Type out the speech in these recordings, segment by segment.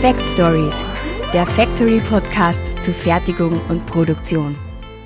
Fact Stories, der Factory Podcast zu Fertigung und Produktion.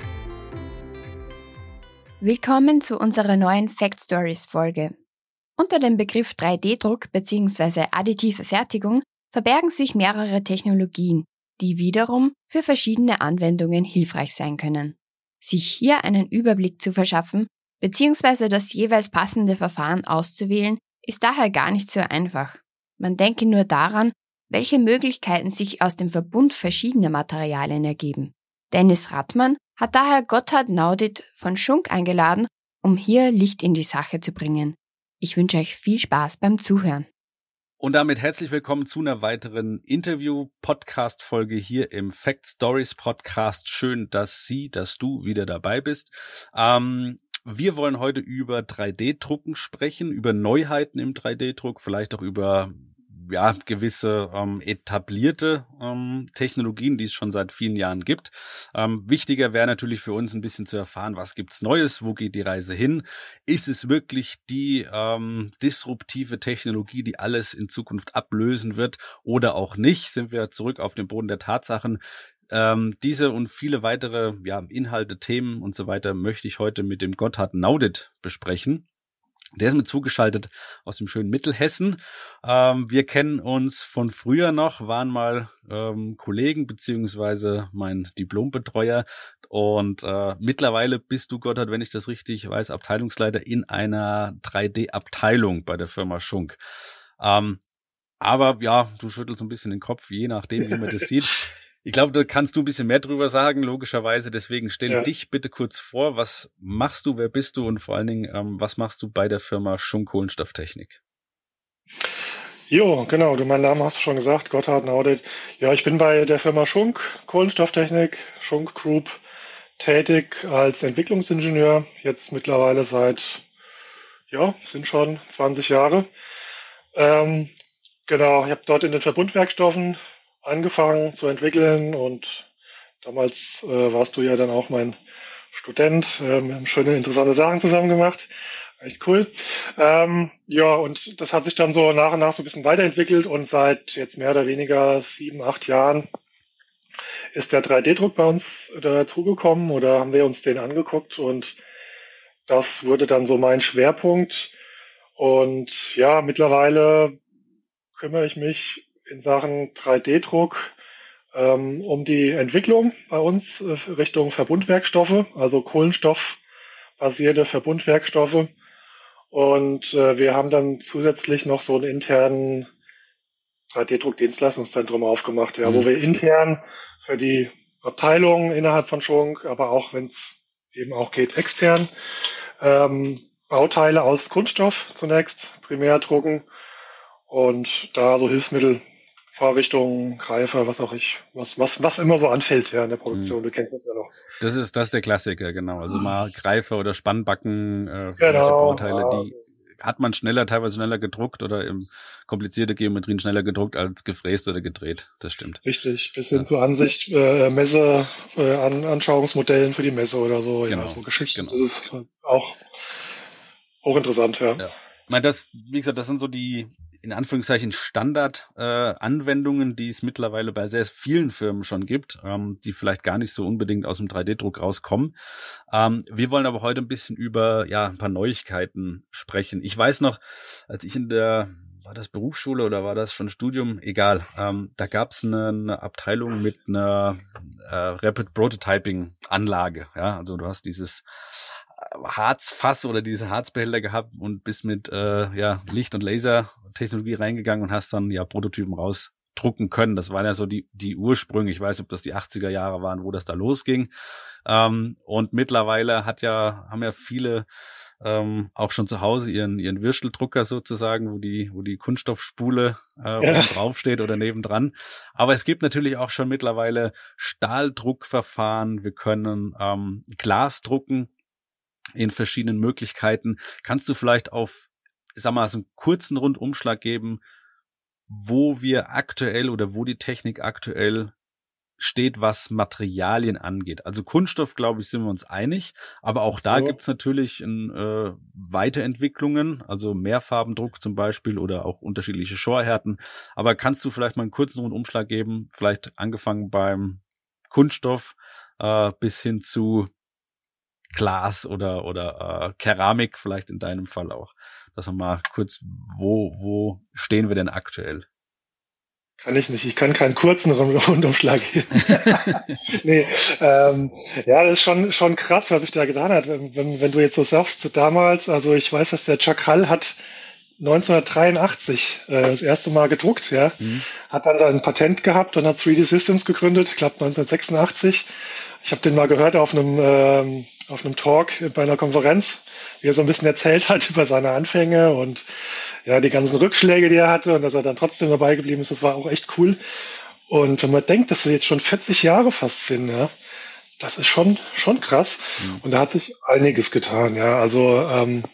Willkommen zu unserer neuen Fact Stories Folge. Unter dem Begriff 3D-Druck bzw. additive Fertigung verbergen sich mehrere Technologien, die wiederum für verschiedene Anwendungen hilfreich sein können. Sich hier einen Überblick zu verschaffen bzw. das jeweils passende Verfahren auszuwählen, ist daher gar nicht so einfach. Man denke nur daran, welche Möglichkeiten sich aus dem Verbund verschiedener Materialien ergeben. Dennis Rattmann hat daher Gotthard Naudit von Schunk eingeladen, um hier Licht in die Sache zu bringen. Ich wünsche euch viel Spaß beim Zuhören. Und damit herzlich willkommen zu einer weiteren Interview-Podcast-Folge hier im Fact Stories Podcast. Schön, dass du wieder dabei bist. Wir wollen heute über 3D-Drucken sprechen, über Neuheiten im 3D-Druck, vielleicht auch über gewisse etablierte Technologien, die es schon seit vielen Jahren gibt. Wichtiger wäre natürlich für uns ein bisschen zu erfahren, was gibt's Neues, wo geht die Reise hin? Ist es wirklich die disruptive Technologie, die alles in Zukunft ablösen wird oder auch nicht? Sind wir zurück auf den Boden der Tatsachen? Diese und viele weitere Inhalte, Themen und so weiter möchte ich heute mit dem Gotthard Naudit besprechen. Der ist mir zugeschaltet aus dem schönen Mittelhessen. Wir kennen uns von früher noch, waren mal Kollegen beziehungsweise mein Diplombetreuer. Und mittlerweile bist du, Gotthard, wenn ich das richtig weiß, Abteilungsleiter in einer 3D-Abteilung bei der Firma Schunk. Aber ja, du schüttelst ein bisschen den Kopf, je nachdem, wie man das sieht. Ich glaube, da kannst du ein bisschen mehr drüber sagen, logischerweise. Deswegen stell dich bitte kurz vor. Was machst du, wer bist du und vor allen Dingen, was machst du bei der Firma Schunk Kohlenstofftechnik? Jo, genau. Du, mein Name hast du schon gesagt, Gotthard Naudit. Ja, ich bin bei der Firma Schunk Kohlenstofftechnik, Schunk Group, tätig als Entwicklungsingenieur. Jetzt mittlerweile sind schon 20 Jahre. Genau, ich habe dort in den Verbundwerkstoffen angefangen zu entwickeln und damals warst du ja dann auch mein Student. Wir haben schöne, interessante Sachen zusammen gemacht. Echt cool. Und das hat sich dann so nach und nach so ein bisschen weiterentwickelt und seit jetzt mehr oder weniger 7, 8 Jahren ist der 3D-Druck bei uns dazugekommen oder haben wir uns den angeguckt und das wurde dann so mein Schwerpunkt. Und ja, mittlerweile kümmere ich mich in Sachen 3D-Druck um die Entwicklung bei uns Richtung Verbundwerkstoffe, also kohlenstoffbasierte Verbundwerkstoffe. Und wir haben dann zusätzlich noch so einen internen 3D-Druck-Dienstleistungszentrum aufgemacht, wo wir intern für die Abteilung innerhalb von Schunk, aber auch, wenn es eben auch geht, extern Bauteile aus Kunststoff zunächst primär drucken und da so Hilfsmittel, Vorrichtungen, Greifer, was immer so anfällt in der Produktion. Du kennst das ja noch. Das ist der Klassiker, genau. Also mal Greifer oder Spannbacken, Bauteile, die hat man teilweise schneller gedruckt oder im komplizierte Geometrien schneller gedruckt als gefräst oder gedreht. Das stimmt. Richtig, bis hin zur Ansicht, Anschauungsmodellen für die Messe oder so. Genau. Ja, so Geschichten. Genau. Das ist auch hochinteressant, ja. Ich meine, wie gesagt, das sind so die in Anführungszeichen Standard-Anwendungen, die es mittlerweile bei sehr vielen Firmen schon gibt, die vielleicht gar nicht so unbedingt aus dem 3D-Druck rauskommen. Wir wollen aber heute ein bisschen über ein paar Neuigkeiten sprechen. Ich weiß noch, als ich war das Berufsschule oder war das schon Studium? Egal. Da gab es eine Abteilung mit einer Rapid Prototyping-Anlage. Ja, also du hast dieses Harzfass oder diese Harzbehälter gehabt und bist mit Licht- und Lasertechnologie reingegangen und hast dann Prototypen rausdrucken können. Das waren ja so die Ursprünge. Ich weiß nicht, ob das die 80er Jahre waren, wo das da losging. Und mittlerweile haben ja viele auch schon zu Hause ihren Würsteldrucker sozusagen, wo die Kunststoffspule oben draufsteht oder nebendran. Aber es gibt natürlich auch schon mittlerweile Stahldruckverfahren. Wir können Glas drucken in verschiedenen Möglichkeiten. Kannst du vielleicht auf, so einen kurzen Rundumschlag geben, wo wir aktuell oder wo die Technik aktuell steht, was Materialien angeht. Also Kunststoff, glaube ich, sind wir uns einig, aber auch da gibt's natürlich Weiterentwicklungen, also Mehrfarbendruck zum Beispiel oder auch unterschiedliche Schorhärten. Aber kannst du vielleicht mal einen kurzen Rundumschlag geben, vielleicht angefangen beim Kunststoff bis hin zu Glas oder Keramik, vielleicht in deinem Fall auch. Dass wir mal kurz, wo stehen wir denn aktuell? Kann ich nicht. Ich kann keinen kurzen Rundumschlag geben. Nee, ja, das ist schon krass, was sich da getan hat. Wenn du jetzt so sagst, damals, also ich weiß, dass der Chuck Hull hat 1983 das erste Mal gedruckt, ja. Hat dann sein Patent gehabt und hat 3D Systems gegründet, ich glaube 1986. Ich habe den mal gehört auf einem Talk bei einer Konferenz, wie er so ein bisschen erzählt hat über seine Anfänge und ja, die ganzen Rückschläge, die er hatte und dass er dann trotzdem dabei geblieben ist, das war auch echt cool. Und wenn man denkt, dass das jetzt schon 40 Jahre fast sind, ja, das ist schon krass. Und da hat sich einiges getan, ja. Also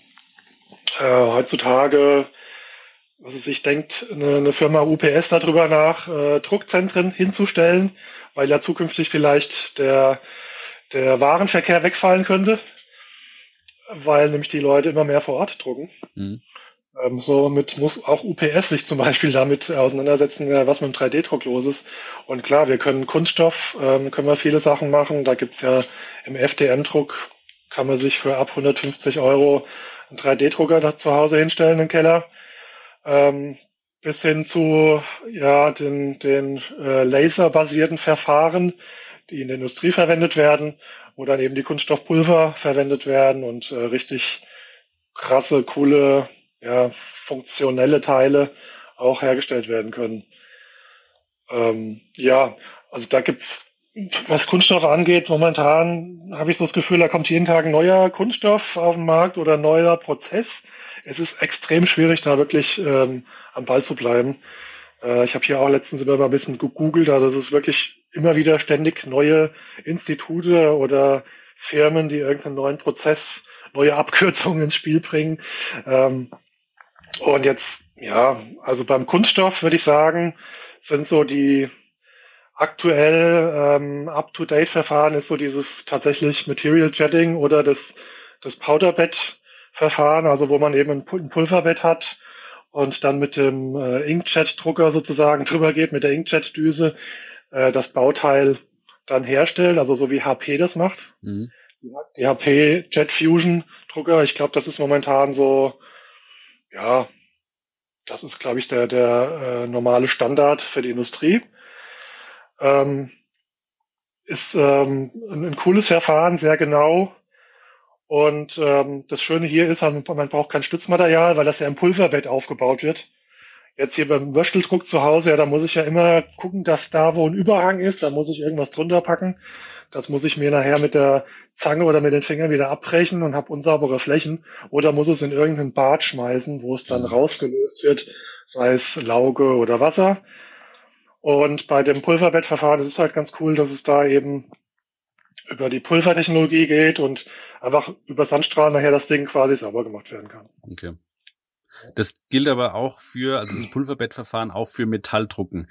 heutzutage, was es sich denkt, eine Firma UPS darüber nach, Druckzentren hinzustellen, weil ja zukünftig vielleicht der Warenverkehr wegfallen könnte, weil nämlich die Leute immer mehr vor Ort drucken. Somit muss auch UPS sich zum Beispiel damit auseinandersetzen, was mit dem 3D-Druck los ist. Und klar, wir können Kunststoff, können wir viele Sachen machen. Da gibt's ja im FDM-Druck, kann man sich für ab 150 € einen 3D-Drucker da zu Hause hinstellen im Keller. Bis hin zu ja den laserbasierten Verfahren, die in der Industrie verwendet werden, wo dann eben die Kunststoffpulver verwendet werden und richtig krasse, coole, ja, funktionelle Teile auch hergestellt werden können. Ja, also da gibt's, was Kunststoff angeht, momentan habe ich so das Gefühl, da kommt jeden Tag ein neuer Kunststoff auf den Markt oder ein neuer Prozess. Es ist extrem schwierig, da wirklich am Ball zu bleiben. Ich habe hier auch letztens immer mal ein bisschen gegoogelt, also es ist wirklich immer wieder ständig neue Institute oder Firmen, die irgendeinen neuen Prozess, neue Abkürzungen ins Spiel bringen. Und jetzt, ja, also beim Kunststoff würde ich sagen, sind so die aktuell Up-to-Date-Verfahren ist so dieses tatsächlich Material Jetting oder das Powderbed-Verfahren, also wo man eben ein Pulverbett hat und dann mit dem Inkjet-Drucker sozusagen drüber geht, mit der Inkjet-Düse das Bauteil dann herstellt, also so wie HP das macht. Die HP Jet Fusion Drucker, ich glaube, das ist momentan so, ja, das ist, glaube ich, der normale Standard für die Industrie. Ist ein cooles Verfahren, sehr genau. Und das Schöne hier ist, man braucht kein Stützmaterial, weil das ja im Pulverbett aufgebaut wird. Jetzt hier beim Würsteldruck zu Hause, ja, da muss ich ja immer gucken, dass da, wo ein Überhang ist, da muss ich irgendwas drunter packen. Das muss ich mir nachher mit der Zange oder mit den Fingern wieder abbrechen und habe unsaubere Flächen. Oder muss es in irgendein Bad schmeißen, wo es dann rausgelöst wird, sei es Lauge oder Wasser. Und bei dem Pulverbettverfahren ist es halt ganz cool, dass es da eben über die Pulvertechnologie geht und einfach über Sandstrahlen nachher das Ding quasi sauber gemacht werden kann. Okay. Das gilt aber auch also das Pulverbettverfahren auch für Metalldrucken.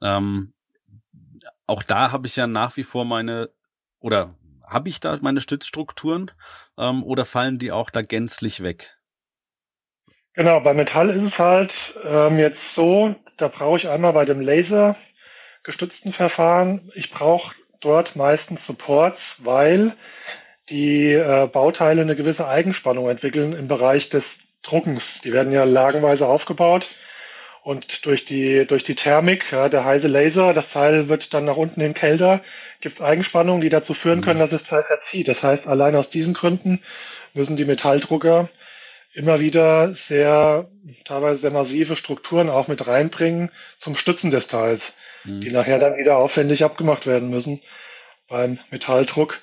Auch da habe ich ja nach wie vor habe ich da meine Stützstrukturen oder fallen die auch da gänzlich weg? Genau, bei Metall ist es halt jetzt so, da brauche ich einmal bei dem Laser gestützten Verfahren, ich brauche dort meistens Supports, weil die Bauteile eine gewisse Eigenspannung entwickeln im Bereich des Druckens. Die werden ja lagenweise aufgebaut und durch die Thermik, ja, der heiße Laser, das Teil wird dann nach unten hin kälter, gibt es Eigenspannungen, die dazu führen können, dass das Teil verzieht. Das heißt, allein aus diesen Gründen müssen die Metalldrucker immer wieder teilweise sehr massive Strukturen auch mit reinbringen zum Stützen des Teils, die nachher dann wieder aufwendig abgemacht werden müssen beim Metalldruck.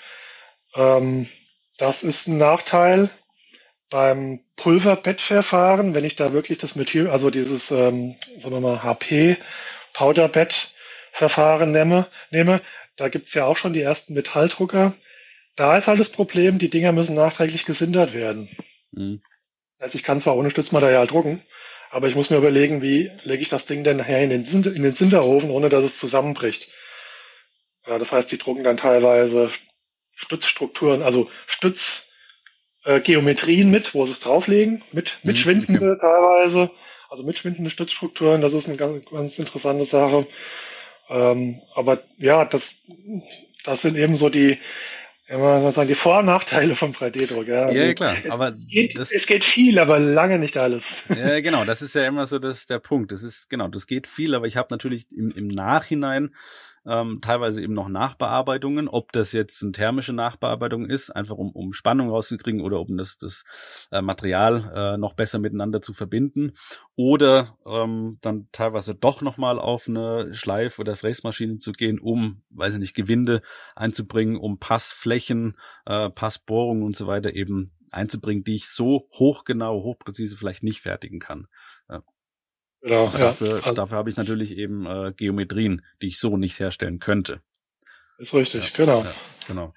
Das ist ein Nachteil. Beim Pulverbettverfahren, wenn ich da wirklich das Material, also dieses, sagen wir mal, HP Powderbed-Verfahren nehme, da gibt's ja auch schon die ersten Metalldrucker. Da ist halt das Problem, die Dinger müssen nachträglich gesindert werden. Das heißt, ich kann zwar ohne Stützmaterial drucken, aber ich muss mir überlegen, wie lege ich das Ding denn nachher in den Sinterofen, ohne dass es zusammenbricht. Ja, das heißt, die drucken dann teilweise Stützstrukturen, also Stützgeometrien mit, wo sie es drauflegen, mitschwindende teilweise, also mitschwindende Stützstrukturen, das ist eine ganz, ganz interessante Sache. Aber ja, das sind eben so die, man sagen, die Vor- und Nachteile vom 3D-Druck. Ja, Ja, also klar, aber es geht viel, aber lange nicht alles. Ja, genau, das ist ja immer so der Punkt. Das geht viel, aber ich habe natürlich im Nachhinein teilweise eben noch Nachbearbeitungen, ob das jetzt eine thermische Nachbearbeitung ist, einfach um Spannung rauszukriegen oder um das Material noch besser miteinander zu verbinden oder dann teilweise doch nochmal auf eine Schleif- oder Fräsmaschine zu gehen, um, weiß ich nicht, Gewinde einzubringen, um Passflächen, Passbohrungen und so weiter eben einzubringen, die ich so hochgenau, hochpräzise vielleicht nicht fertigen kann. Genau, dafür habe ich natürlich eben Geometrien, die ich so nicht herstellen könnte. Ist richtig, genau. Ja, genau.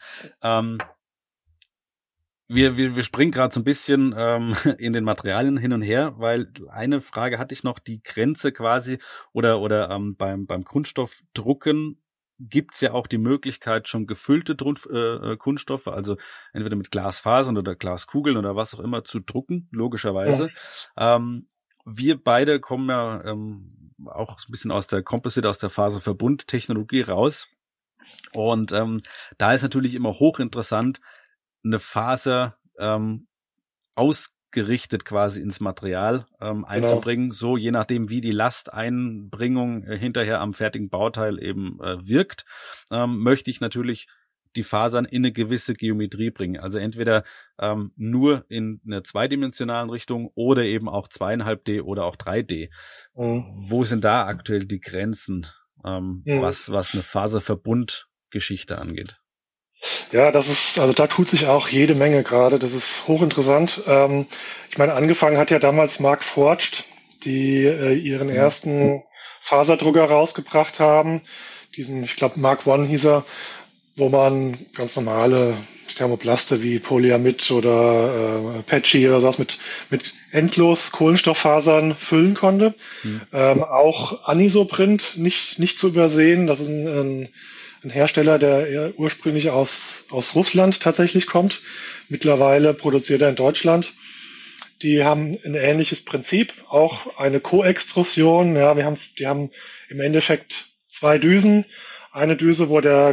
Wir springen gerade so ein bisschen in den Materialien hin und her, weil eine Frage hatte ich noch, die Grenze quasi oder beim Kunststoffdrucken gibt's ja auch die Möglichkeit, schon gefüllte Kunststoffe, also entweder mit Glasfasern oder Glaskugeln oder was auch immer zu drucken, logischerweise. Ja. Wir beide kommen ja auch so ein bisschen aus der Composite, aus der Faserverbundtechnologie raus. Und da ist natürlich immer hochinteressant, eine Faser ausgerichtet quasi ins Material einzubringen, so je nachdem, wie die Lasteinbringung hinterher am fertigen Bauteil eben wirkt, möchte ich natürlich die Fasern in eine gewisse Geometrie bringen. Also entweder nur in einer zweidimensionalen Richtung oder eben auch 2,5D oder auch 3D. Wo sind da aktuell die Grenzen, was eine Faserverbundgeschichte angeht? Ja, also da tut sich auch jede Menge gerade. Das ist hochinteressant. Ich meine, angefangen hat ja damals Mark Forged, die ihren ersten Faserdrucker rausgebracht haben. Ich glaube, Mark One hieß er, wo man ganz normale Thermoplaste wie Polyamid oder Patchy oder sowas mit endlos Kohlenstofffasern füllen konnte. Auch Anisoprint nicht zu übersehen. Das ist ein Hersteller, der ursprünglich aus Russland tatsächlich kommt. Mittlerweile produziert er in Deutschland. Die haben ein ähnliches Prinzip, auch eine Koextrusion. Ja, die haben im Endeffekt zwei Düsen. Eine Düse, wo der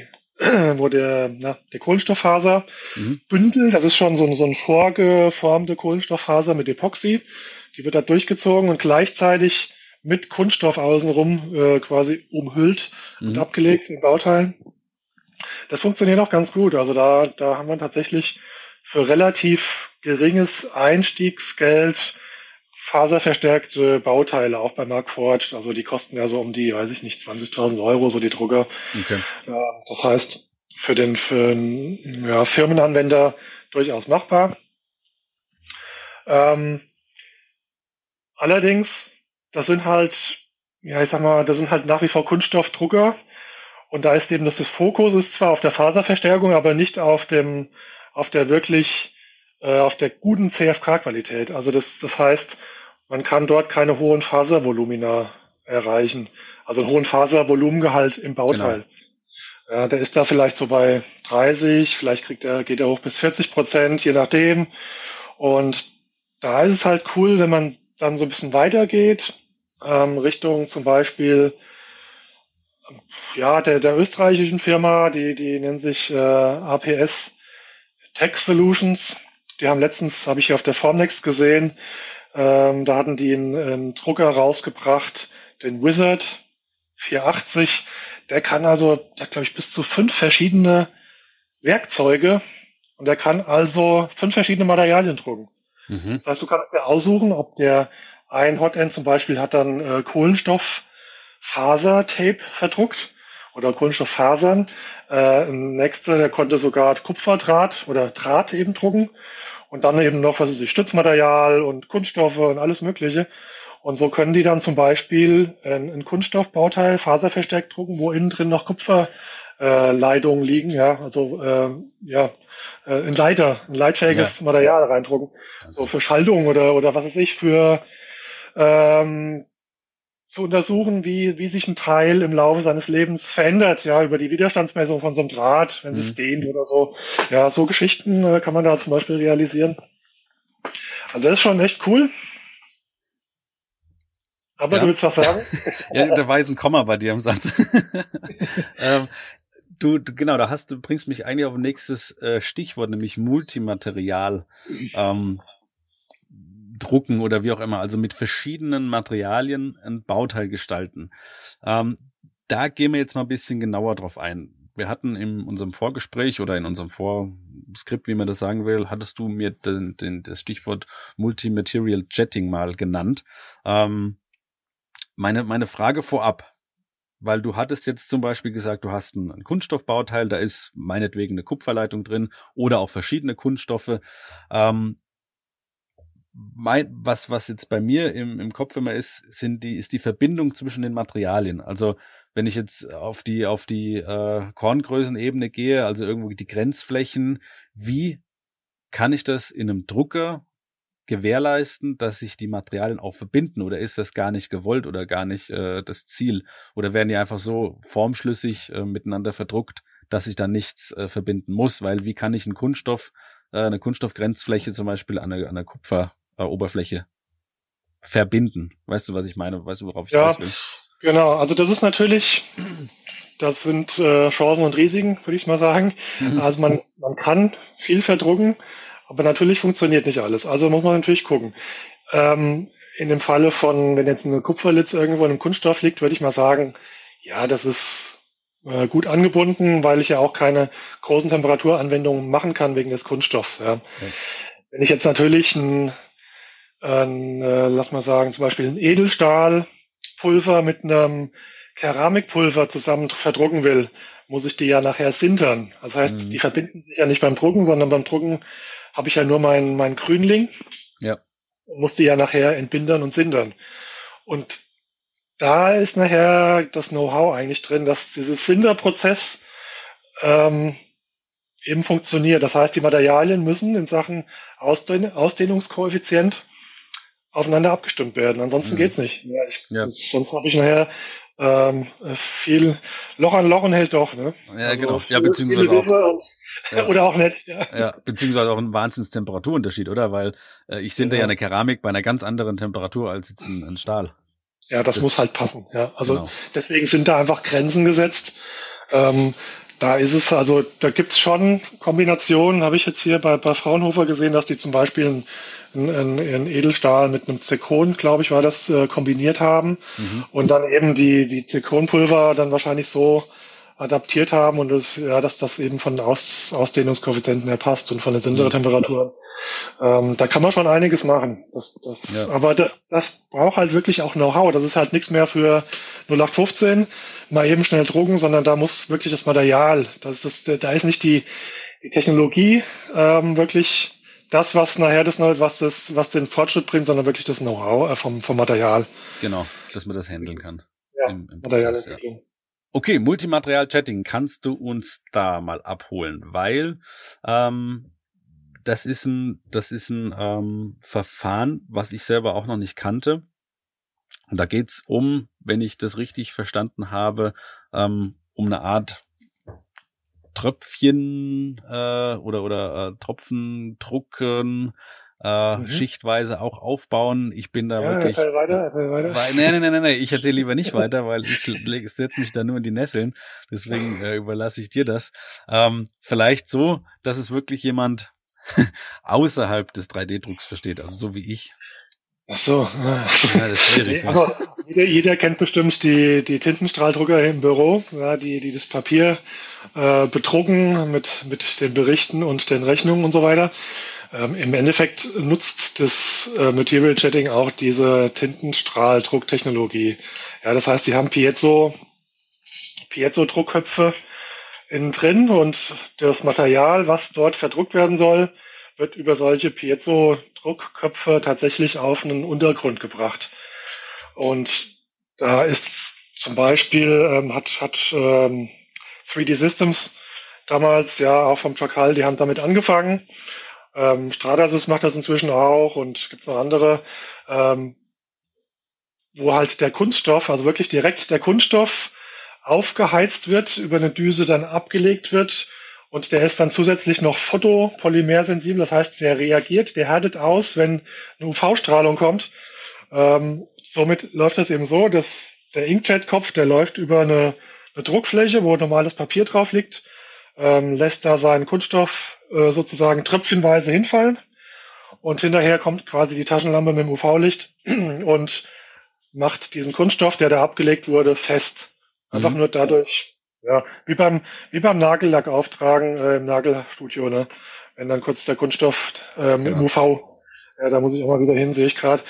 Kohlenstofffaser bündelt. Das ist schon so eine vorgeformte Kohlenstofffaser mit Epoxy. Die wird da durchgezogen und gleichzeitig mit Kunststoff außenrum quasi umhüllt und abgelegt in Bauteilen. Das funktioniert auch ganz gut. Also da haben wir tatsächlich für relativ geringes Einstiegsgeld faserverstärkte Bauteile, auch bei Mark Forged. Also die kosten ja so um die, weiß ich nicht, 20.000 Euro, so die Drucker. Okay. Das heißt, für einen Firmenanwender durchaus machbar. Allerdings, das sind halt nach wie vor Kunststoffdrucker. Und da ist eben das Fokus ist zwar auf der Faserverstärkung, aber nicht auf der guten CFK-Qualität. Also das heißt, man kann dort keine hohen Faservolumina erreichen. Also einen hohen Faservolumengehalt im Bauteil. Genau. Ja, der ist da vielleicht so bei 30, vielleicht geht er hoch bis 40%, je nachdem. Und da ist es halt cool, wenn man dann so ein bisschen weitergeht, Richtung zum Beispiel der österreichischen Firma, die nennt sich APS Tech Solutions. Die haben letztens, habe ich hier auf der Formnext gesehen, da hatten die einen Drucker rausgebracht, den Wizard 480. Der hat, glaube ich, bis zu 5 verschiedene Werkzeuge und der kann also 5 verschiedene Materialien drucken. Das heißt, du kannst dir aussuchen, ob ein Hotend zum Beispiel hat dann Kohlenstofffasertape verdruckt oder Kohlenstofffasern. Ein nächster, der konnte sogar Kupferdraht oder Draht eben drucken. Und dann eben noch, Stützmaterial und Kunststoffe und alles Mögliche. Und so können die dann zum Beispiel ein Kunststoffbauteil faserverstärkt drucken, wo innen drin noch Kupferleitungen liegen, ein leitfähiges Material reindrucken. So für Schaltung oder was weiß ich, für zu untersuchen, wie sich ein Teil im Laufe seines Lebens verändert, ja, über die Widerstandsmessung von so einem Draht, wenn es dehnt oder so. Ja, so Geschichten kann man da zum Beispiel realisieren. Also das ist schon echt cool. Aber du willst was sagen? Ja, da war jetzt ein Komma bei dir im Satz. Genau, du bringst mich eigentlich auf ein nächstes Stichwort, nämlich Multimaterial. Drucken oder wie auch immer, also mit verschiedenen Materialien ein Bauteil gestalten. Da gehen wir jetzt mal ein bisschen genauer drauf ein. Wir hatten in unserem Vorgespräch oder in unserem Vorskript, wie man das sagen will, hattest du mir das Stichwort Multimaterial Jetting mal genannt. Meine Frage vorab, weil du hattest jetzt zum Beispiel gesagt, du hast ein Kunststoffbauteil, da ist meinetwegen eine Kupferleitung drin oder auch verschiedene Kunststoffe. Was jetzt bei mir im Kopf immer ist die Verbindung zwischen den Materialien. Also wenn ich jetzt auf die Korngrößenebene gehe, also irgendwo die Grenzflächen, wie kann ich das in einem Drucker gewährleisten, dass sich die Materialien auch verbinden, oder ist das gar nicht gewollt oder gar nicht das Ziel, oder werden die einfach so formschlüssig miteinander verdruckt, dass ich dann nichts verbinden muss, weil wie kann ich eine Kunststoffgrenzfläche zum Beispiel an einer Kupferoberfläche verbinden? Weißt du, was ich meine? Weißt du, worauf ich raus will? Genau, also das sind Chancen und Risiken, würde ich mal sagen. Also man kann viel verdrucken, aber natürlich funktioniert nicht alles. Also muss man natürlich gucken. In dem Falle von, wenn jetzt eine Kupferlitz irgendwo in einem Kunststoff liegt, würde ich mal sagen, ja, das ist gut angebunden, weil ich ja auch keine großen Temperaturanwendungen machen kann wegen des Kunststoffs. Ja. Okay. Wenn ich jetzt natürlich lass mal sagen, zum Beispiel ein Edelstahlpulver mit einem Keramikpulver zusammen verdrucken will, muss ich die ja nachher sintern. Das heißt, die verbinden sich ja nicht beim Drucken, sondern beim Drucken habe ich ja nur mein Grünling. Ja. Und muss die ja nachher entbindern und sintern. Und da ist nachher das Know-how eigentlich drin, dass dieses Sinterprozess eben funktioniert. Das heißt, die Materialien müssen in Sachen Ausdehnungskoeffizient aufeinander abgestimmt werden. Ansonsten geht's nicht. Sonst habe ich nachher viel Loch an Loch und hält doch. Ne? Ja, also genau. Ja, beziehungsweise auch. Oder auch nicht. Ja, beziehungsweise auch ein Wahnsinns-Temperaturunterschied, oder? Weil ich sinter ja eine Keramik bei einer ganz anderen Temperatur als jetzt ein Stahl. Ja, das muss halt passen. Ja, also deswegen sind da einfach Grenzen gesetzt. Da ist es, also da gibt's schon Kombinationen, habe ich jetzt hier bei Fraunhofer gesehen, dass die zum Beispiel ein Edelstahl mit einem Zirkon, glaube ich, war das, kombiniert haben und dann eben die Zirkonpulver dann wahrscheinlich so adaptiert haben und dass das eben von Ausdehnungskoeffizienten her passt und von den Sintertemperaturen. Da kann man schon einiges machen. Aber das braucht halt wirklich auch Know-how. Das ist halt nichts mehr für 0815 mal eben schnell drucken, sondern da muss wirklich das Material, da ist nicht die Technologie wirklich das, was nachher was den Fortschritt bringt, sondern wirklich das Know-how vom Material. Genau, dass man das handeln kann. Ja, im Prozess, ja. Okay, Multimaterial-Chatting, kannst du uns da mal abholen? Weil das ist ein Verfahren, was ich selber auch noch nicht kannte. Und da geht's wenn ich das richtig verstanden habe, um eine Art Tröpfchen oder Tropfen drucken, schichtweise auch aufbauen. Ich bin da wirklich. Erzähl weiter. Nee, ich erzähle lieber nicht weiter, weil ich setze mich da nur in die Nesseln. Deswegen überlasse ich dir das. Vielleicht so, dass es wirklich jemand außerhalb des 3D-Drucks versteht, also so wie ich. Ach so. Ja, das ist schwierig. Also jeder kennt bestimmt die Tintenstrahldrucker im Büro, ja, die das Papier bedrucken mit den Berichten und den Rechnungen und so weiter. Im Endeffekt nutzt das Material Jetting auch diese Tintenstrahldrucktechnologie. Ja, das heißt, die haben Piezo-Druckköpfe innen drin und das Material, was dort verdruckt werden soll, wird über solche Piezo-Druckköpfe tatsächlich auf einen Untergrund gebracht. Und da ist zum Beispiel, hat 3D Systems damals, ja, auch vom Chakal, die haben damit angefangen. Stratasys macht das inzwischen auch und gibt's noch andere. wo halt der Kunststoff, also wirklich direkt der Kunststoff aufgeheizt wird, über eine Düse dann abgelegt wird und der ist dann zusätzlich noch photopolymersensibel, das heißt, der reagiert, der härtet aus, wenn eine UV-Strahlung kommt. Somit läuft das eben so, dass der Inkjet-Kopf, der läuft über eine Druckfläche, wo normales Papier drauf liegt, lässt da seinen Kunststoff sozusagen tröpfchenweise hinfallen und hinterher kommt quasi die Taschenlampe mit dem UV-Licht und macht diesen Kunststoff, der da abgelegt wurde, fest. Einfach nur dadurch, ja, wie beim Nagellack auftragen im Nagelstudio, ne? Wenn dann kurz der Kunststoff mit dem UV, ja, da muss ich auch mal wieder hin, sehe ich gerade.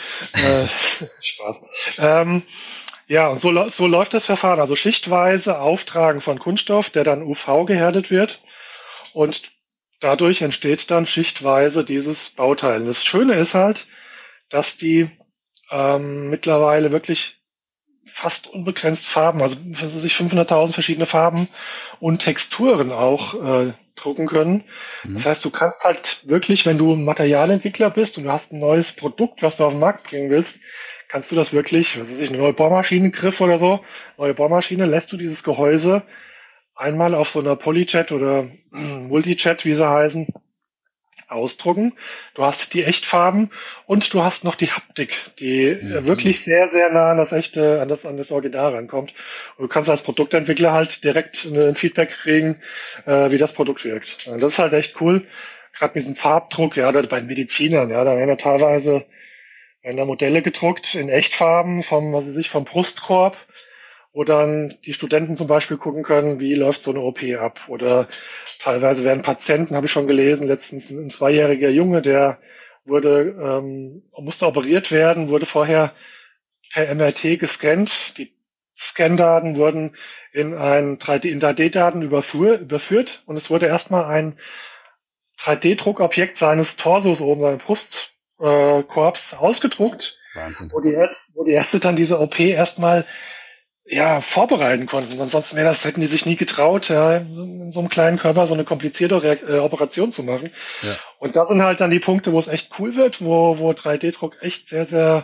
Spaß. Ja, und so läuft das Verfahren. Also schichtweise Auftragen von Kunststoff, der dann UV gehärtet wird. Und dadurch entsteht dann schichtweise dieses Bauteil. Und das Schöne ist halt, dass die mittlerweile wirklich fast unbegrenzt Farben, also 500.000 verschiedene Farben und Texturen auch drucken können. Das heißt, du kannst halt wirklich, wenn du ein Materialentwickler bist und du hast ein neues Produkt, was du auf den Markt bringen willst, kannst du das wirklich, was weiß ich, eine neue Bohrmaschinengriff oder so, neue Bohrmaschine, lässt du dieses Gehäuse einmal auf so einer Polyjet oder Multijet, wie sie heißen, ausdrucken. Du hast die Echtfarben und du hast noch die Haptik, die wirklich sehr, sehr nah an das echte, an das Original rankommt. Und du kannst als Produktentwickler halt direkt ein Feedback kriegen, wie das Produkt wirkt. Und das ist halt echt cool. Gerade mit diesem Farbdruck, ja, oder bei den Medizinern, ja, da werden ja teilweise Modelle gedruckt in Echtfarben vom Brustkorb, wo dann die Studenten zum Beispiel gucken können, wie läuft so eine OP ab. Oder teilweise werden Patienten, habe ich schon gelesen, letztens ein 2-jähriger Junge, der musste operiert werden, wurde vorher per MRT gescannt. Die Scandaten wurden in 3D-Daten überführt und es wurde erstmal ein 3D-Druckobjekt seines Torsos oben, seines Brustkorbs ausgedruckt. Wahnsinn. Wo die Ärzte dann diese OP erstmal vorbereiten konnten. Ansonsten hätten die sich nie getraut, ja, in so einem kleinen Körper so eine komplizierte Operation zu machen. Ja. Und das sind halt dann die Punkte, wo es echt cool wird, wo 3D-Druck echt sehr, sehr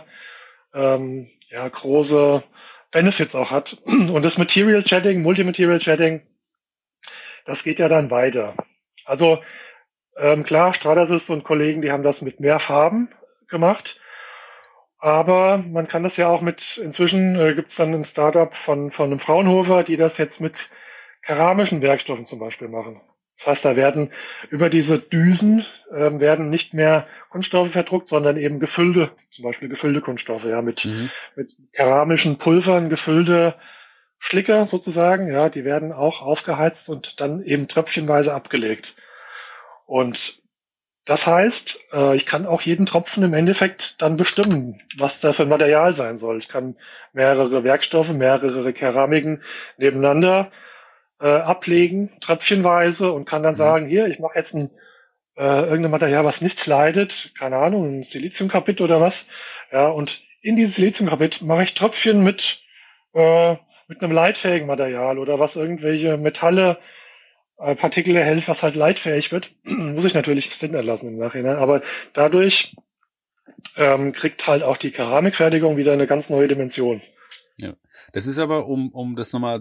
große Benefits auch hat. Und das Material Chatting, Multimaterial Chatting, das geht ja dann weiter. Also klar, Stratasys und Kollegen, die haben das mit mehr Farben gemacht. Aber man kann das ja auch inzwischen gibt es dann ein Startup von einem Fraunhofer, die das jetzt mit keramischen Werkstoffen zum Beispiel machen. Das heißt, da werden über diese Düsen werden nicht mehr Kunststoffe verdruckt, sondern eben gefüllte, zum Beispiel gefüllte Kunststoffe, ja, mit keramischen Pulvern gefüllte Schlicker sozusagen, ja, die werden auch aufgeheizt und dann eben tröpfchenweise abgelegt. Und das heißt, ich kann auch jeden Tropfen im Endeffekt dann bestimmen, was da für ein Material sein soll. Ich kann mehrere Werkstoffe, mehrere Keramiken nebeneinander ablegen, tröpfchenweise, und kann dann sagen, hier, ich mache jetzt irgendein Material, was nichts leidet, keine Ahnung, ein Siliziumkarbid oder was. Ja, und in dieses Siliziumkarbid mache ich Tröpfchen mit einem leitfähigen Material oder was irgendwelche Metalle Partikel erhält, was halt leitfähig wird, muss ich natürlich Sinn erlassen im Nachhinein. Aber dadurch kriegt halt auch die Keramikfertigung wieder eine ganz neue Dimension. Ja, das ist aber, um das nochmal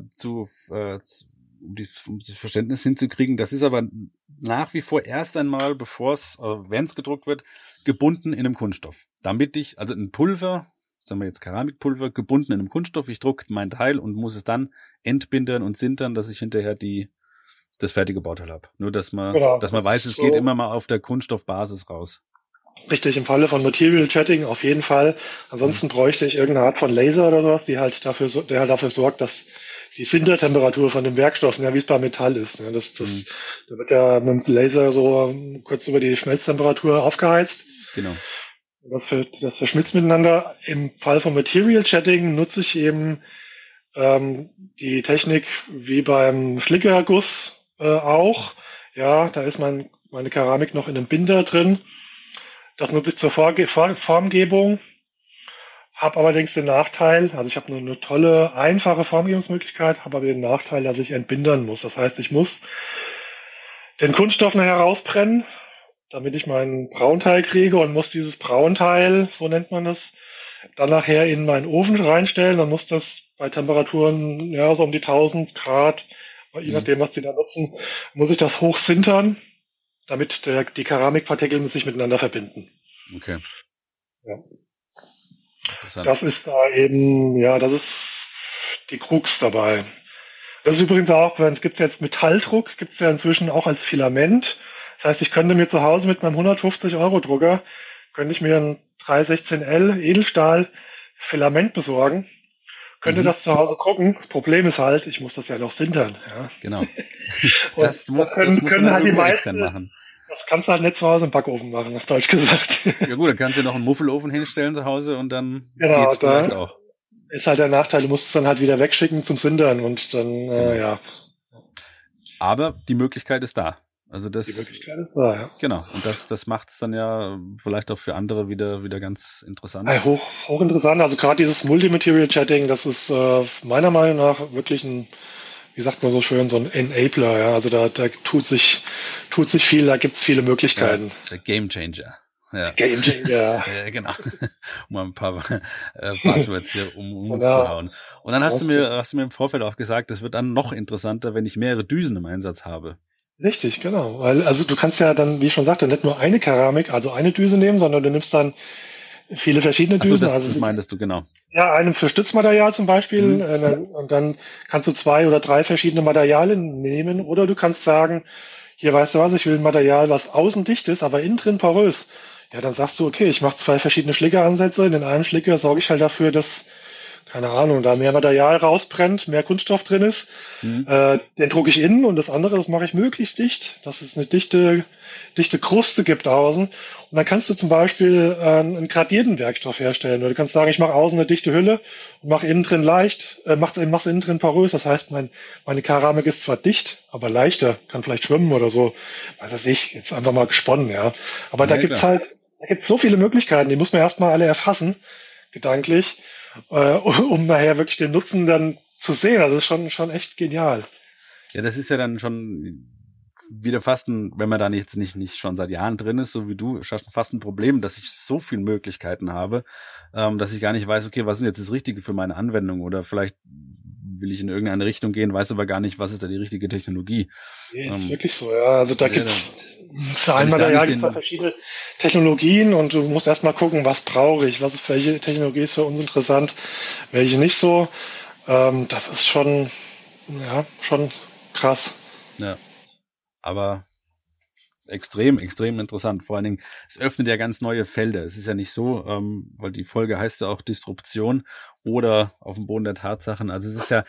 um das Verständnis hinzukriegen, das ist aber nach wie vor erst einmal, wenn es gedruckt wird, gebunden in einem Kunststoff. Damit also ein Pulver, sagen wir jetzt Keramikpulver, gebunden in einem Kunststoff, ich drucke mein Teil und muss es dann entbindern und sintern, dass ich hinterher das fertige Bauteil habe. Nur, dass man weiß, es geht immer mal auf der Kunststoffbasis raus. Richtig, im Falle von Material Chatting auf jeden Fall. Ansonsten bräuchte ich irgendeine Art von Laser oder sowas, der halt dafür sorgt, dass die Sintertemperatur von dem Werkstoff, ja, wie es bei Metall ist, ne, da wird ja mit dem Laser so kurz über die Schmelztemperatur aufgeheizt. Genau. Das verschmilzt miteinander. Im Fall von Material Chatting nutze ich eben die Technik wie beim Schlickerguss auch. Ja, da ist meine Keramik noch in einem Binder drin. Das nutze ich zur Formgebung. Habe allerdings den Nachteil, also ich habe nur eine tolle, einfache Formgebungsmöglichkeit, habe aber den Nachteil, dass ich entbindern muss. Das heißt, ich muss den Kunststoff nachher rausbrennen, damit ich meinen Braunteil kriege, und muss dieses Braunteil, so nennt man das, dann nachher in meinen Ofen reinstellen. Dann muss das bei Temperaturen, ja, so um die 1000 Grad, je nachdem, was die da nutzen, muss ich das hochsintern, damit die Keramikpartikel sich miteinander verbinden. Okay. Ja. Das ist da eben, ja, das ist die Krux dabei. Das ist übrigens auch, es gibt jetzt Metalldruck, gibt es ja inzwischen auch als Filament. Das heißt, ich könnte mir zu Hause mit meinem 150-Euro-Drucker, könnte ich mir ein 316L Edelstahl Filament besorgen, könnte das zu Hause drucken. Das Problem ist halt, ich muss das ja noch sintern. Ja. Genau. das muss man halt die meisten machen. Das kannst du halt nicht zu Hause im Backofen machen, auf Deutsch gesagt. Ja gut, dann kannst du noch einen Muffelofen hinstellen zu Hause und dann geht's vielleicht auch. Ist halt der Nachteil, du musst es dann halt wieder wegschicken zum Sintern und dann, ja. Aber die Möglichkeit ist da. Also die Möglichkeit ist da, ja. Genau. Und das macht es dann ja vielleicht auch für andere wieder ganz interessant. Ja, hochinteressant. Also gerade dieses Multimaterial-Chatting, das ist meiner Meinung nach wirklich ein, wie sagt man so schön, so ein Enabler. Ja. Also da tut sich viel, da gibt's viele Möglichkeiten. Ja, der Game Changer. Ja. Game Changer. Ja, genau. Um ein paar Buzzwords hier um uns zu hauen. Und dann hast du mir im Vorfeld auch gesagt, das wird dann noch interessanter, wenn ich mehrere Düsen im Einsatz habe. Richtig, genau. Weil, also du kannst ja dann, wie ich schon sagte, nicht nur eine Keramik, also eine Düse nehmen, sondern du nimmst dann viele verschiedene Düsen. Das meintest du, genau. Ja, eine für Stützmaterial zum Beispiel. Und dann kannst du 2 oder 3 verschiedene Materialien nehmen. Oder du kannst sagen, hier, weißt du was, ich will ein Material, was außen dicht ist, aber innen drin porös. Ja, dann sagst du, okay, ich mache 2 verschiedene Schlickeransätze. In den einen Schlicker sorge ich halt dafür, dass, keine Ahnung, da mehr Material rausbrennt, mehr Kunststoff drin ist. Den drucke ich innen und das andere, das mache ich möglichst dicht, dass es eine dichte Kruste gibt außen. Und dann kannst du zum Beispiel einen gradierten Werkstoff herstellen. Oder du kannst sagen, ich mache außen eine dichte Hülle und mache innen drin leicht, mach's innen drin porös. Das heißt, meine Keramik ist zwar dicht, aber leichter, kann vielleicht schwimmen oder so. Was weiß ich, jetzt einfach mal gesponnen, ja. Aber da gibt's so viele Möglichkeiten, die muss man erstmal alle erfassen, gedanklich, um nachher wirklich den Nutzen dann zu sehen. Also das ist schon echt genial. Ja, das ist ja dann schon wieder fast wenn man da nicht schon seit Jahren drin ist, so wie du, fast ein Problem, dass ich so viele Möglichkeiten habe, dass ich gar nicht weiß, okay, was ist jetzt das Richtige für meine Anwendung, oder vielleicht will ich in irgendeine Richtung gehen, weiß aber gar nicht, was ist da die richtige Technologie. Ja, ist wirklich so, ja. Also da gibt's für ein Material gibt's verschiedene Technologien und du musst erstmal gucken, was brauche ich, welche Technologie ist für uns interessant, welche nicht so. Das ist schon krass. Ja. Aber extrem interessant. Vor allen Dingen, es öffnet ja ganz neue Felder. Es ist ja nicht so, weil die Folge heißt ja auch Disruption oder auf dem Boden der Tatsachen. Also es ist ja,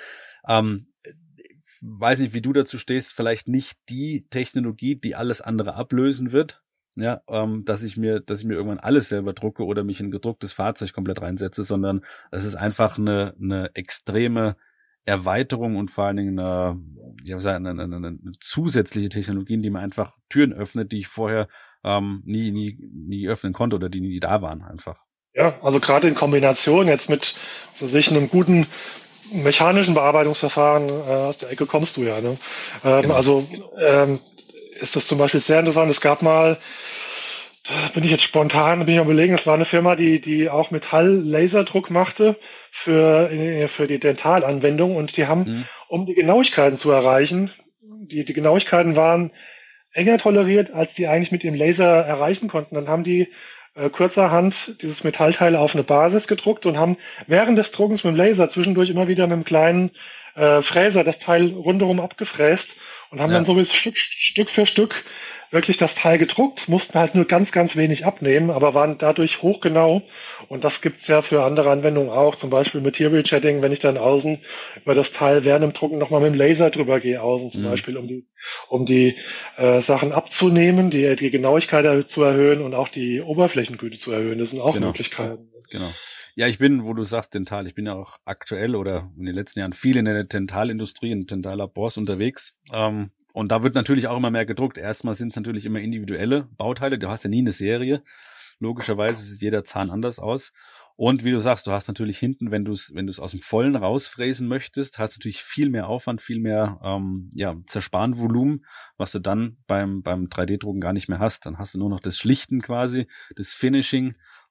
weiß nicht, wie du dazu stehst, vielleicht nicht die Technologie, die alles andere ablösen wird. Ja, dass ich mir irgendwann alles selber drucke oder mich in ein gedrucktes Fahrzeug komplett reinsetze, sondern es ist einfach eine extreme Erweiterung und vor allen Dingen eine zusätzliche Technologie, die mir einfach Türen öffnet, die ich vorher nie öffnen konnte oder die nie da waren einfach. Ja, also gerade in Kombination jetzt mit einem guten mechanischen Bearbeitungsverfahren aus der Ecke kommst du ja. Ne? Genau. Ist das zum Beispiel sehr interessant. Es gab mal, da bin ich am überlegen, das war eine Firma, die auch Metall-Laserdruck machte für die Dentalanwendung, und die haben, um die Genauigkeiten zu erreichen, die Genauigkeiten waren enger toleriert, als die eigentlich mit ihrem Laser erreichen konnten. Dann haben die kurzerhand dieses Metallteil auf eine Basis gedruckt und haben während des Druckens mit dem Laser zwischendurch immer wieder mit einem kleinen Fräser das Teil rundherum abgefräst und haben dann so Stück für Stück wirklich das Teil gedruckt, mussten halt nur ganz, ganz wenig abnehmen, aber waren dadurch hochgenau. Und das gibt's ja für andere Anwendungen auch, zum Beispiel Material Chatting, wenn ich dann außen über das Teil während dem Drucken nochmal mit dem Laser drüber gehe, außen zum Beispiel, um die Sachen abzunehmen, die Genauigkeit zu erhöhen und auch die Oberflächengüte zu erhöhen. Das sind auch Möglichkeiten. Genau. Ja, wo du sagst Dental, ich bin ja auch aktuell oder in den letzten Jahren viel in der Dentalindustrie, in Dentallabors unterwegs. Und da wird natürlich auch immer mehr gedruckt. Erstmal sind es natürlich immer individuelle Bauteile. Du hast ja nie eine Serie. Logischerweise sieht jeder Zahn anders aus. Und wie du sagst, du hast natürlich hinten, wenn du es aus dem Vollen rausfräsen möchtest, hast du natürlich viel mehr Aufwand, viel mehr Zersparenvolumen, was du dann beim 3D-Drucken gar nicht mehr hast. Dann hast du nur noch das Schlichten quasi, das Finishing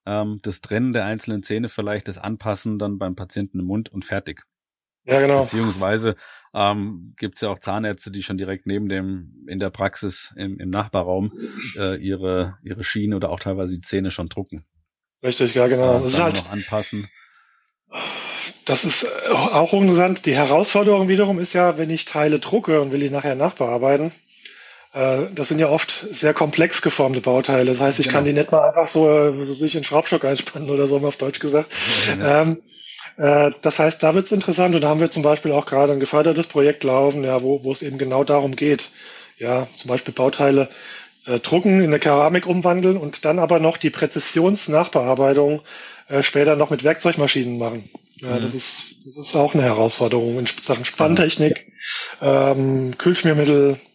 das Trennen der einzelnen Zähne vielleicht, das Anpassen dann beim Patienten im Mund und fertig. Ja, genau. Beziehungsweise gibt's ja auch Zahnärzte, die schon direkt neben dem in der Praxis im Nachbarraum ihre Schiene oder auch teilweise die Zähne schon drucken. Richtig, ja, genau. Das ist dann halt noch anpassen. Das ist auch interessant. Die Herausforderung wiederum ist ja, wenn ich Teile drucke und will die nachher nachbearbeiten, das sind ja oft sehr komplex geformte Bauteile. Das heißt, ich kann die nicht mal einfach so sich in Schraubstock einspannen oder so, mal auf Deutsch gesagt. Das heißt, da wird's interessant und da haben wir zum Beispiel auch gerade ein gefördertes Projekt laufen, ja, wo es eben genau darum geht. Ja, zum Beispiel Bauteile drucken, in eine Keramik umwandeln und dann aber noch die Präzisionsnachbearbeitung später noch mit Werkzeugmaschinen machen. Ja, das ist auch eine Herausforderung in Sachen Spanntechnik, Kühlschmiermittel,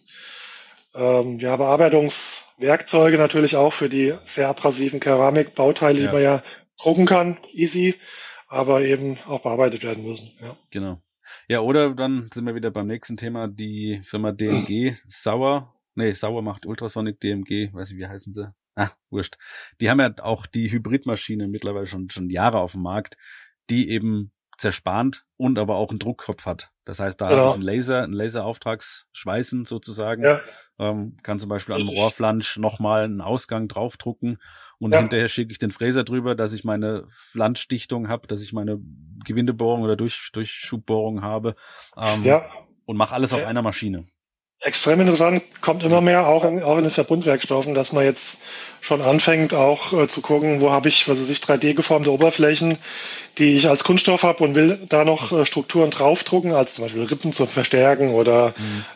ja, Bearbeitungswerkzeuge natürlich auch für die sehr abrasiven Keramikbauteile, die man ja drucken kann, easy, aber eben auch bearbeitet werden müssen. Ja. Genau. Ja, oder dann sind wir wieder beim nächsten Thema, die Firma DMG, Sauer macht Ultrasonic DMG, weiß ich, wie heißen sie? Wurscht. Die haben ja auch die Hybridmaschine mittlerweile schon Jahre auf dem Markt, die eben zerspannt und aber auch einen Druckkopf hat. Das heißt, da habe ich einen Laserauftragsschweißen sozusagen. Ja. Kann zum Beispiel an einem Rohrflansch nochmal einen Ausgang draufdrucken und hinterher schicke ich den Fräser drüber, dass ich meine Flanschdichtung habe, dass ich meine Gewindebohrung oder Durchschubbohrung habe und mache alles auf einer Maschine. Extrem interessant, kommt immer mehr auch in den Verbundwerkstoffen, dass man jetzt schon anfängt auch zu gucken, wo habe ich, 3D geformte Oberflächen, die ich als Kunststoff habe und will da noch Strukturen draufdrucken, als zum Beispiel Rippen zu verstärken oder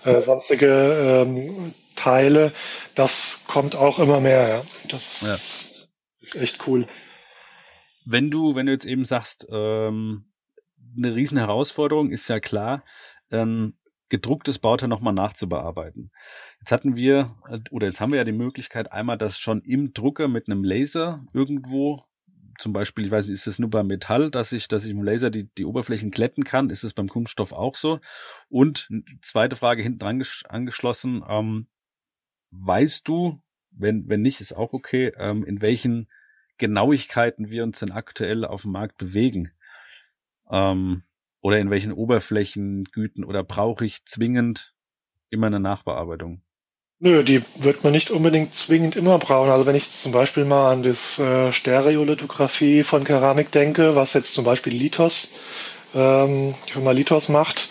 sonstige Teile. Das kommt auch immer mehr, ja. Das ist echt cool. Wenn du jetzt eben sagst, eine riesen Herausforderung ist ja klar, gedrucktes Bauteil nochmal nachzubearbeiten. Jetzt haben wir ja die Möglichkeit, einmal das schon im Drucker mit einem Laser irgendwo, zum Beispiel, ich weiß nicht, ist das nur beim Metall, dass ich mit dem Laser die Oberflächen glätten kann? Ist es beim Kunststoff auch so? Und zweite Frage hinten dran angeschlossen, weißt du, wenn nicht, ist auch okay, in welchen Genauigkeiten wir uns denn aktuell auf dem Markt bewegen? Oder in welchen Oberflächengüten oder brauche ich zwingend immer eine Nachbearbeitung? Nö, die wird man nicht unbedingt zwingend immer brauchen. Also wenn ich zum Beispiel mal an das Stereolithografie von Keramik denke, was jetzt zum Beispiel die Firma Litos macht,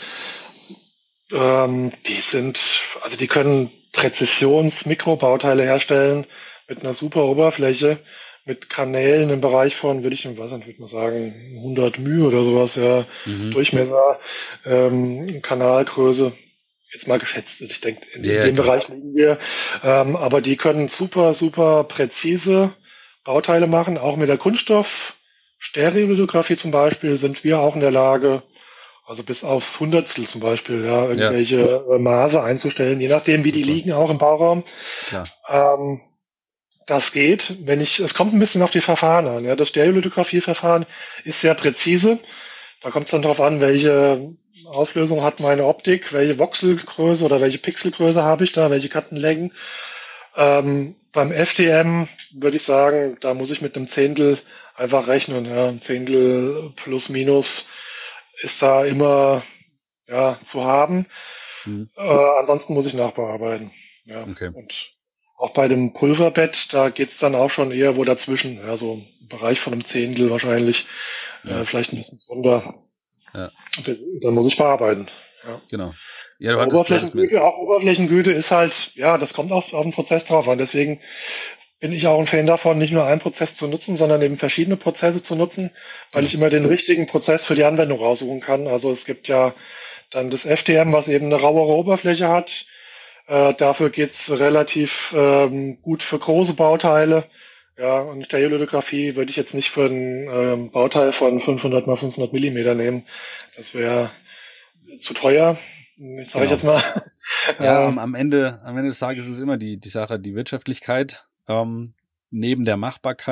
die können Präzisions-Mikrobauteile herstellen mit einer super Oberfläche, mit Kanälen im Bereich von, würde man sagen, 100 μ oder sowas, ja, Durchmesser, Kanalgröße, jetzt mal geschätzt. Also ich denke, in dem Bereich liegen wir. Aber die können super, super präzise Bauteile machen, auch mit der Kunststoff-Stereolithografie zum Beispiel sind wir auch in der Lage, also bis aufs Hundertstel zum Beispiel, irgendwelche Maße einzustellen, je nachdem, wie die liegen, auch im Bauraum. Klar. Das geht, es kommt ein bisschen auf die Verfahren an. Ja, das Stereolithografie-Verfahren ist sehr präzise. Da kommt es dann darauf an, welche Auflösung hat meine Optik, welche Voxelgröße oder welche Pixelgröße habe ich da, welche Kantenlängen. Beim FDM würde ich sagen, da muss ich mit einem Zehntel einfach rechnen. Ja, ein Zehntel plus minus ist da immer zu haben. Ansonsten muss ich nachbearbeiten. Ja, okay. Und auch bei dem Pulverbett, da geht's dann auch schon eher wo dazwischen, so im Bereich von einem Zehntel wahrscheinlich, vielleicht ein bisschen drunter. Ja. Dann muss ich bearbeiten. Ja. Genau. Ja, Oberflächengüte ist halt, das kommt auf den Prozess drauf an. Deswegen bin ich auch ein Fan davon, nicht nur einen Prozess zu nutzen, sondern eben verschiedene Prozesse zu nutzen, weil ich immer den richtigen Prozess für die Anwendung raussuchen kann. Also es gibt ja dann das FDM, was eben eine rauere Oberfläche hat. Dafür geht's relativ gut für große Bauteile. Ja, und Stereolithografie würde ich jetzt nicht für ein Bauteil von 500 mal 500 Millimeter nehmen. Das wäre zu teuer. Ich jetzt mal. Ja, am Ende des Tages ist es immer die Sache, die Wirtschaftlichkeit neben der Machbarkeit.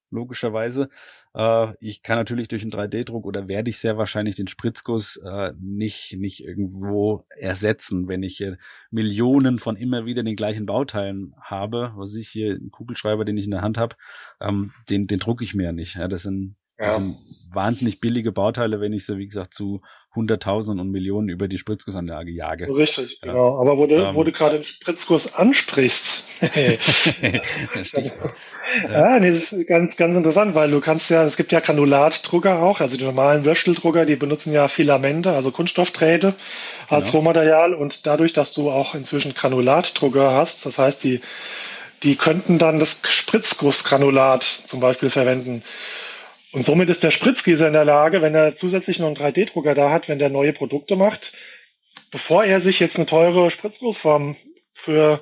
logischerweise. Ich kann natürlich durch einen 3D-Druck oder werde ich sehr wahrscheinlich den Spritzguss nicht irgendwo ersetzen, wenn ich Millionen von immer wieder den gleichen Bauteilen habe. Was ich hier, einen Kugelschreiber, den ich in der Hand habe, den drucke ich mir ja nicht. Ja, das sind wahnsinnig billige Bauteile, wenn ich sie, wie gesagt, zu Hunderttausenden und Millionen über die Spritzgussanlage jage. Richtig, genau. Aber wo du gerade den Spritzguss ansprichst. Ja, nee, das ist ganz, ganz interessant, weil es gibt ja Granulatdrucker auch, also die normalen Würsteldrucker, die benutzen ja Filamente, also Kunststoffträte als Rohmaterial, und dadurch, dass du auch inzwischen Granulatdrucker hast, das heißt, die könnten dann das Spritzgussgranulat zum Beispiel verwenden. Und somit ist der Spritzgießer in der Lage, wenn er zusätzlich noch einen 3D-Drucker da hat, wenn der neue Produkte macht, bevor er sich jetzt eine teure Spritzgussform für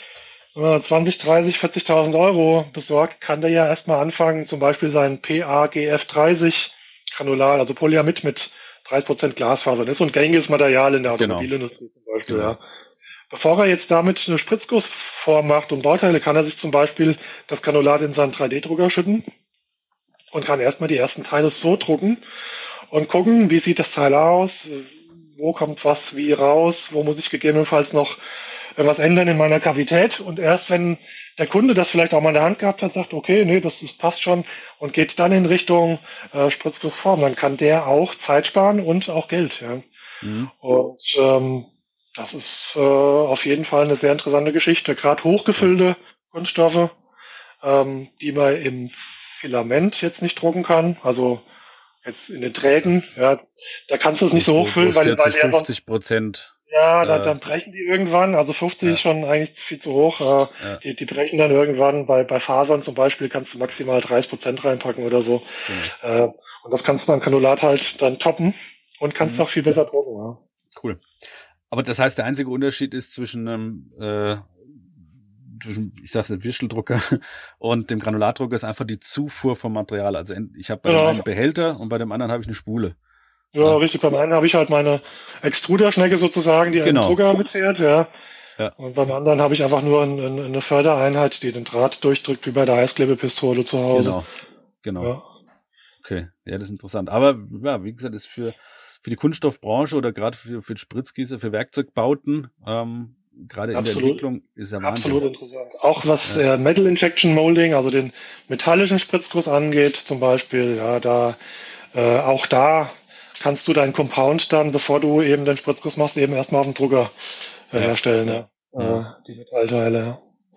20, 30, 40.000 Euro besorgt, kann der ja erstmal anfangen, zum Beispiel sein PAGF30 Granulat, also Polyamid mit 30% Glasfaser. Das ist so ein gängiges Material in der Automobilindustrie zum Beispiel. Ja. Bevor er jetzt damit eine Spritzgussform macht und Bauteile, kann er sich zum Beispiel das Granulat in seinen 3D-Drucker schütten und kann erstmal die ersten Teile so drucken und gucken, wie sieht das Teil aus, wo kommt was wie raus, wo muss ich gegebenenfalls noch was ändern in meiner Kavität, und erst wenn der Kunde das vielleicht auch mal in der Hand gehabt hat, sagt, okay, nee, das passt schon, und geht dann in Richtung Spritzgussform, dann kann der auch Zeit sparen und auch Geld. Ja. Und das ist auf jeden Fall eine sehr interessante Geschichte. Gerade hochgefüllte Kunststoffe, die man im Filament jetzt nicht drucken kann, also jetzt in den Drähten, ja, da kannst du es nicht so hochfüllen, weil 50%. Ja, dann brechen die irgendwann, also 50 ist schon eigentlich viel zu hoch. Die brechen dann irgendwann, bei Fasern zum Beispiel kannst du maximal 30% reinpacken oder so. Und das kannst du beim Granulat halt dann toppen und kannst auch viel besser drucken. Ja. Cool. Aber das heißt, der einzige Unterschied ist zwischen einem ich sag's nicht, Würsteldrucker und dem Granulatdrucker ist einfach die Zufuhr vom Material. Also ich habe bei dem einen Behälter und bei dem anderen habe ich eine Spule. Ja, richtig. Beim einen habe ich halt meine Extruderschnecke sozusagen, die einen Drucker mitfährt, ja. Und beim anderen habe ich einfach nur eine Fördereinheit, die den Draht durchdrückt, wie bei der Heißklebepistole zu Hause. Genau. Ja. Okay, ja, das ist interessant. Aber ja, wie gesagt, ist für die Kunststoffbranche oder gerade für Spritzgießer, für Werkzeugbauten, gerade in der Entwicklung ist ja Wahnsinn. Absolut interessant. Auch was Metal Injection Molding, also den metallischen Spritzguss angeht, zum Beispiel, ja, auch da kannst du deinen Compound dann, bevor du eben den Spritzguss machst, eben erstmal auf dem Drucker herstellen, die Metallteile. Ja.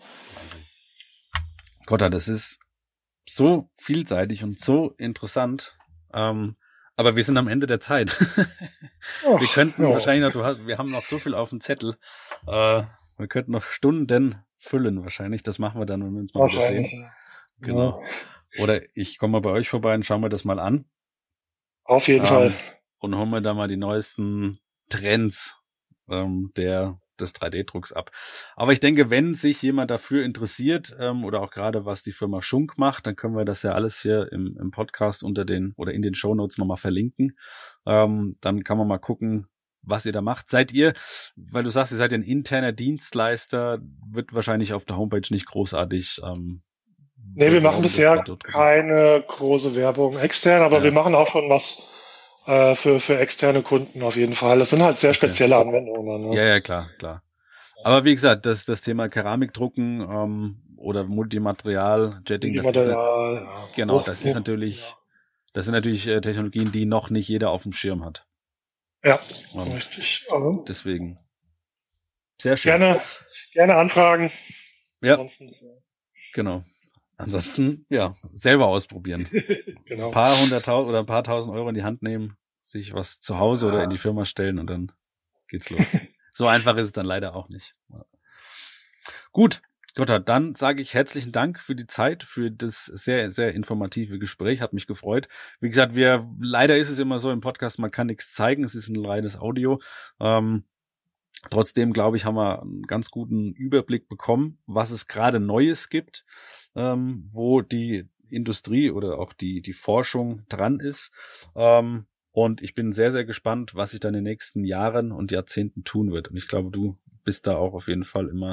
Gott, das ist so vielseitig und so interessant. Aber wir sind am Ende der Zeit. Wir könnten wahrscheinlich noch, wir haben noch so viel auf dem Zettel. Wir könnten noch Stunden füllen wahrscheinlich. Das machen wir dann, wenn wir uns mal wieder sehen. Genau. Oder ich komme mal bei euch vorbei und schauen wir das mal an. Auf jeden Fall. Und holen wir da mal die neuesten Trends des 3D-Drucks ab. Aber ich denke, wenn sich jemand dafür interessiert oder auch gerade was die Firma Schunk macht, dann können wir das ja alles hier im Podcast in den Shownotes nochmal verlinken. Dann kann man mal gucken, was ihr da macht. Seid ihr, weil du sagst, ihr seid ja ein interner Dienstleister, wird wahrscheinlich auf der Homepage nicht großartig Nee, wir machen bisher keine große Werbung extern, aber wir machen auch schon was für externe Kunden auf jeden Fall. Das sind halt sehr spezielle Anwendungen. Ne? Ja, klar. Aber wie gesagt, das Thema Keramikdrucken oder Multimaterial-Jetting, das sind natürlich Technologien, die noch nicht jeder auf dem Schirm hat. Ja, richtig. Also, deswegen. Sehr schön. Gerne anfragen. Ja. Genau. Ansonsten, selber ausprobieren. Genau. Ein paar 100.000 oder ein paar tausend Euro in die Hand nehmen, sich was zu Hause oder in die Firma stellen und dann geht's los. So einfach ist es dann leider auch nicht. Gut, Gotthard, dann sage ich herzlichen Dank für die Zeit, für das sehr, sehr informative Gespräch. Hat mich gefreut. Wie gesagt, leider ist es immer so im Podcast, man kann nichts zeigen, es ist ein reines Audio. Trotzdem, glaube ich, haben wir einen ganz guten Überblick bekommen, was es gerade Neues gibt, wo die Industrie oder auch die Forschung dran ist. Und ich bin sehr, sehr gespannt, was sich dann in den nächsten Jahren und Jahrzehnten tun wird. Und ich glaube, du bist da auch auf jeden Fall immer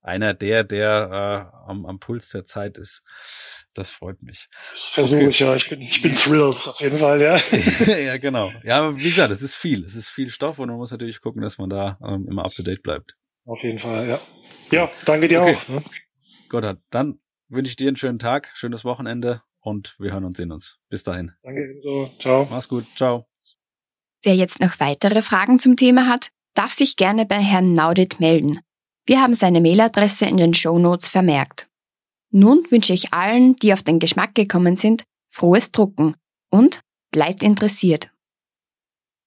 einer der am Puls der Zeit ist. Das freut mich. Das versuche ich, ja. Ich bin thrilled, auf jeden Fall, ja. Ja, genau. Ja, aber wie gesagt, es ist viel Stoff und man muss natürlich gucken, dass man da immer up to date bleibt. Auf jeden Fall, ja. Ja, danke dir auch. Ne? Gotthard, dann wünsche ich dir einen schönen Tag, schönes Wochenende und wir hören und sehen uns. Bis dahin. Danke ebenso. Ciao. Mach's gut. Ciao. Wer jetzt noch weitere Fragen zum Thema hat, darf sich gerne bei Herrn Naudit melden. Wir haben seine Mailadresse in den Shownotes vermerkt. Nun wünsche ich allen, die auf den Geschmack gekommen sind, frohes Drucken und bleibt interessiert.